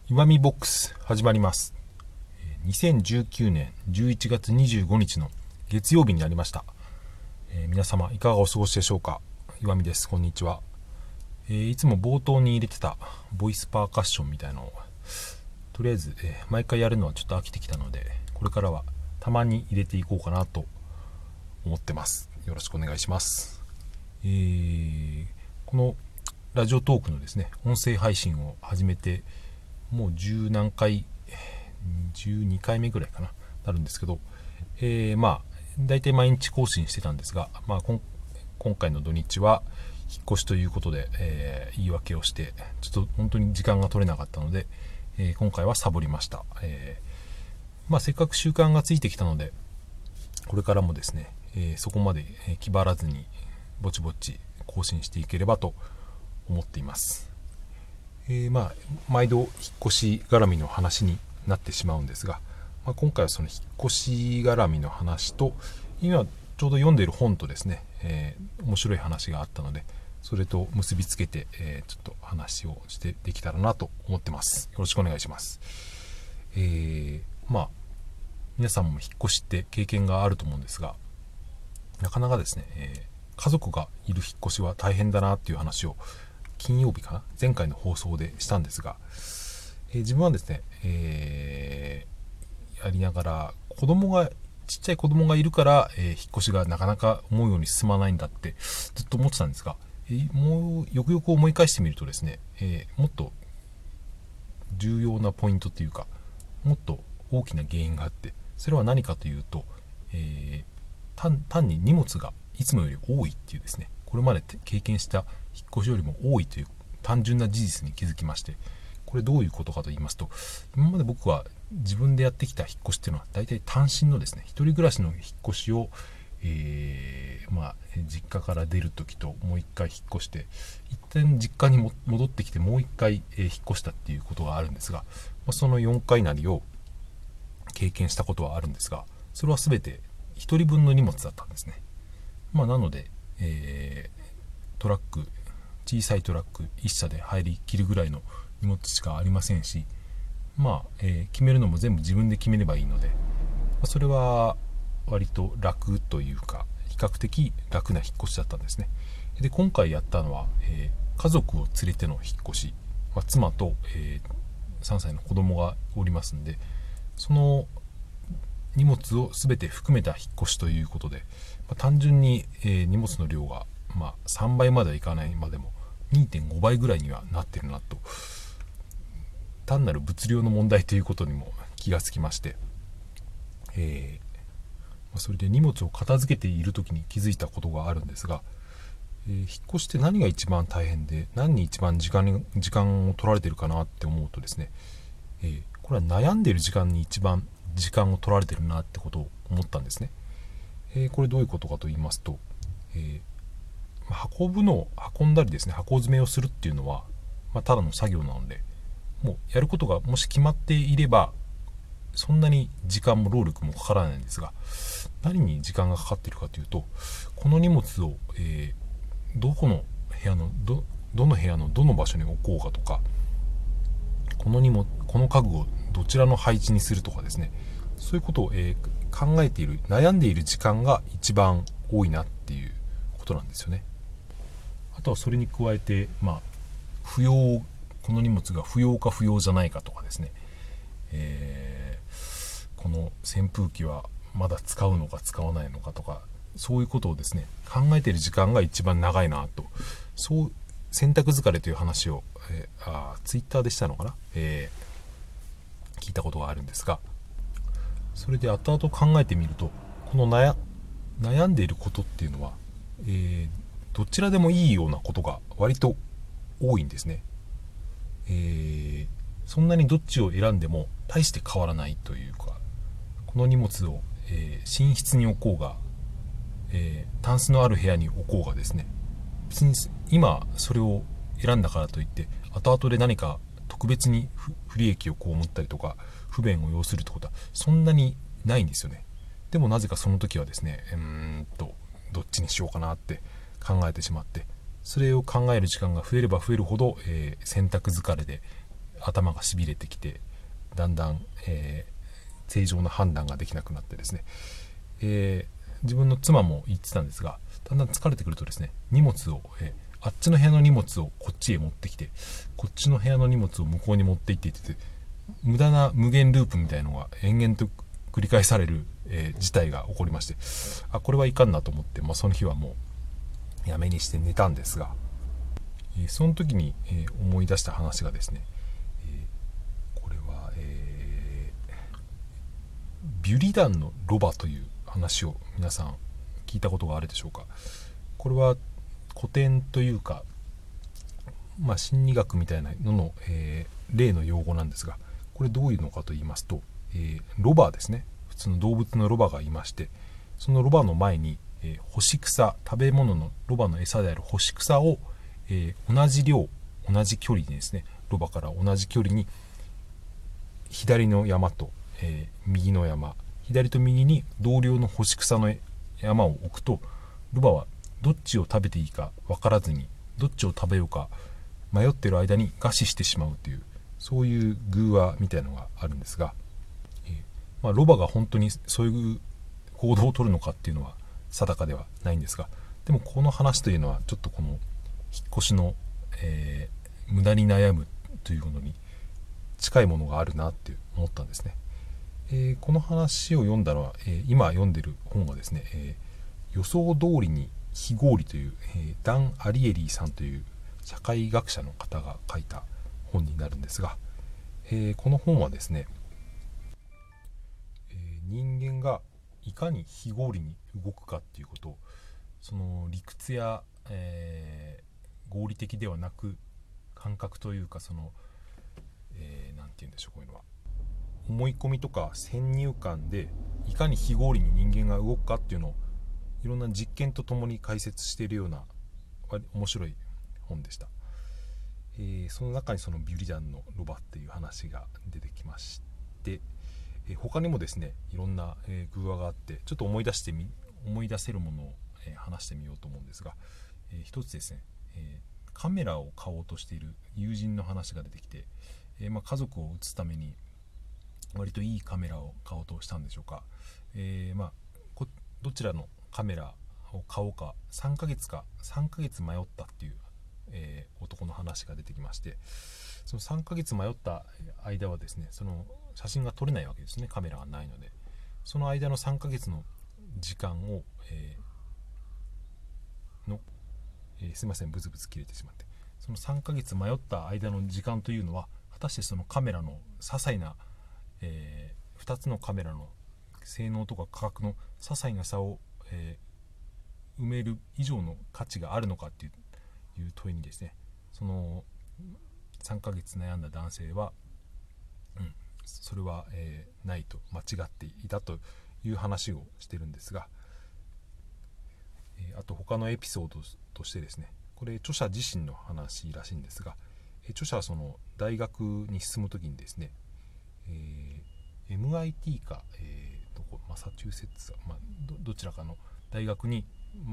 岩見ボックス始まります。2019年11月25日の月曜日になりました。皆様いかがお過ごしでしょうか。岩見です。こんにちは。いつも冒頭に入れてたボイスパーカッションみたいなのをとりあえず、毎回やるのはちょっと飽きてきたので、これからはたまに入れていこうかなと思ってます。よろしくお願いします。このラジオトークのですね、音声配信を始めてもう十何回、12回目ぐらいかなるんですけど、だいたい毎日更新してたんですが、今回の土日は引っ越しということで、言い訳をしてちょっと本当に時間が取れなかったので、今回はサボりました。せっかく習慣がついてきたので、これからもですね、そこまで気張らずにぼちぼち更新していければと思っています。毎度引っ越し絡みの話になってしまうんですが、今回はその引っ越し絡みの話と、今ちょうど読んでいる本とですね、面白い話があったので、それと結びつけて、ちょっと話をしてできたらなと思ってます。よろしくお願いします。皆さんも引っ越しって経験があると思うんですが、なかなかですね、家族がいる引っ越しは大変だなっていう話を金曜日かな、前回の放送でしたんですが、自分はですね、やりながらちっちゃい子供がいるから、引っ越しがなかなか思うように進まないんだってずっと思ってたんですが、もうよくよく思い返してみるとですね、もっと重要なポイントというか、もっと大きな原因があって、それは何かというと、単に荷物がいつもより多いっていうですね、これまで経験した引っ越しよりも多いという単純な事実に気づきまして、これどういうことかと言いますと、今まで僕は自分でやってきた引っ越しっていうのは大体単身のですね、一人暮らしの引っ越しを、実家から出るときともう一回引っ越して、一旦実家に戻ってきてもう一回、引っ越したっていうことがあるんですが、その4回なりを経験したことはあるんですが、それは全て一人分の荷物だったんですね。なので、小さいトラック1車で入りきるぐらいの荷物しかありませんし、決めるのも全部自分で決めればいいので、それは割と楽というか、比較的楽な引っ越しだったんですね。で、今回やったのは、家族を連れての引っ越し、妻と、3歳の子供がおりますんで、その荷物を全て含めた引っ越しということで、単純に、荷物の量が、3倍まではいかないまでも 2.5 倍ぐらいにはなってるなと、単なる物量の問題ということにも気がつきまして、それで荷物を片付けている時に気づいたことがあるんですが、引っ越しって何が一番大変で、何に一番時間を取られてるかなって思うとですね、これは悩んでいる時間に一番時間を取られてるなってことを思ったんですね。これどういうことかと言いますと、運んだりですね、箱詰めをするっていうのは、ただの作業なので、もうやることがもし決まっていればそんなに時間も労力もかからないんですが、何に時間がかかっているかというと、この荷物を、どの部屋のどの場所に置こうかとか、この家具をどちらの配置にするとかですね、そういうことを、悩んでいる時間が一番多いなっていうことなんですよね。あとはそれに加えて、この荷物が不要か不要じゃないかとかですね、この扇風機はまだ使うのか使わないのかとか、そういうことをですね考えている時間が一番長いなと、そう選択疲れという話を、ツイッターでしたのかな、聞いたことがあるんですが、それで後々考えてみると、この悩んでいることっていうのは、どちらでもいいようなことが割と多いんですね。そんなにどっちを選んでも大して変わらないというか、この荷物を、寝室に置こうが、タンスのある部屋に置こうがですね、別に今それを選んだからといって後々で何か特別に不利益を被ったりとか不便を要するってことはそんなにないんですよね。でもなぜかその時はですね、どっちにしようかなって考えてしまって、それを考える時間が増えれば増えるほど、選択疲れで頭がしびれてきて、だんだん、正常な判断ができなくなってですね、自分の妻も言ってたんですが、だんだん疲れてくるとですね、荷物を、あっちの部屋の荷物をこっちへ持ってきて、こっちの部屋の荷物を向こうに持って行っていってて、無駄な無限ループみたいのが延々と繰り返される、事態が起こりまして、これはいかんなと思って、その日はもうやめにして寝たんですが、その時に、思い出した話がですね、これは、ビュリダンのロバという話を皆さん聞いたことがあるでしょうか。これは古典というか、心理学みたいなのの、例の用語なんですが、これどういうのかと言いますと、ロバですね、普通の動物のロバがいまして、そのロバの前に、干し草、食べ物のロバの餌である干し草を、同じ量同じ距離にですね、ロバから同じ距離に左の山と、右の山、左と右に同量の干し草の山を置くと、ロバはどっちを食べていいか分からずに、どっちを食べようか迷っている間に餓死してしまうという、そういう寓話みたいなのがあるんですが、ロバが本当にそういう行動を取るのかっていうのは定かではないんですが、でもこの話というのはちょっとこの引っ越しの、無駄に悩むというものに近いものがあるなって思ったんですね。この話を読んだのは、今読んでる本がですね、予想通りに非合理という、ダン・アリエリーさんという社会学者の方が書いた本になるんですが、この本はですね、人間がいかに非合理に動くかっていうことを、その理屈や、合理的ではなく感覚というか、その、なんて言うんでしょう、こういうのは思い込みとか先入観でいかに非合理に人間が動くかっていうのをいろんな実験とともに解説しているような面白い本でした。その中にそのビュリダンのロバっていう話が出てきまして、他にもですね、いろんな、寓話があって、ちょっと思い出せるものを、話してみようと思うんですが、一つですね、カメラを買おうとしている友人の話が出てきて、家族を写すために割といいカメラを買おうとしたんでしょうか。どちらのカメラを買おうか3ヶ月迷ったっていう、男の話が出てきまして、その3ヶ月迷った間はですね、その写真が撮れないわけですね、カメラがないので。その間の3ヶ月の時間を、すいません、ブツブツ切れてしまって、その3ヶ月迷った間の時間というのは、果たしてそのカメラの些細な、2つのカメラの性能とか価格の些細な差を、埋める以上の価値があるのかっていう問いにですね、その3ヶ月悩んだ男性は、それは、ないと、間違っていたという話をしてるんですが、あと他のエピソードとしてですね、これ著者自身の話らしいんですが、著者はその大学に進む時にですね、MIT か、マサチューセッツ、どちらかの大学に、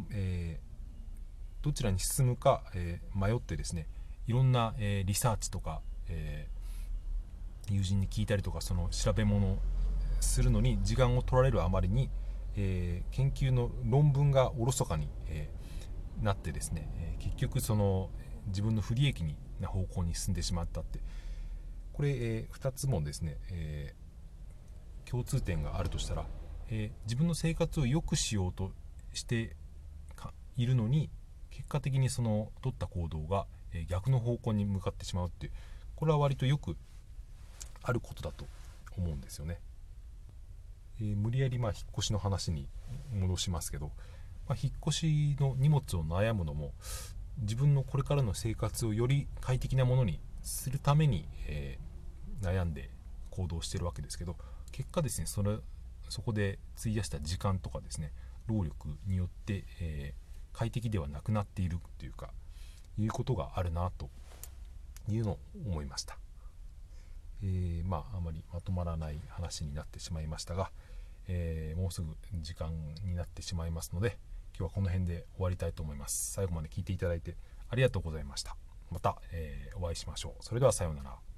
どちらに進むか、迷ってですね、いろんな、リサーチとか、友人に聞いたりとか、その調べ物をするのに時間を取られるあまりに、研究の論文がおろそかに、なってですね、結局その自分の不利益な方向に進んでしまったって、これ、2つもですね、共通点があるとしたら、自分の生活を良くしようとしているのに、結果的にその取った行動が、逆の方向に向かってしまうっていう、これは割とよくあることだと思うんですよね。無理やり引っ越しの話に戻しますけど、引っ越しの荷物を悩むのも自分のこれからの生活をより快適なものにするために、悩んで行動してるわけですけど、結果ですね、そこで費やした時間とかですね、労力によって、快適ではなくなっているというか、いうことがあるなというのを思いました。あまりまとまらない話になってしまいましたが、もうすぐ時間になってしまいますので、今日はこの辺で終わりたいと思います。最後まで聞いていただいてありがとうございました。また、お会いしましょう。それではさようなら。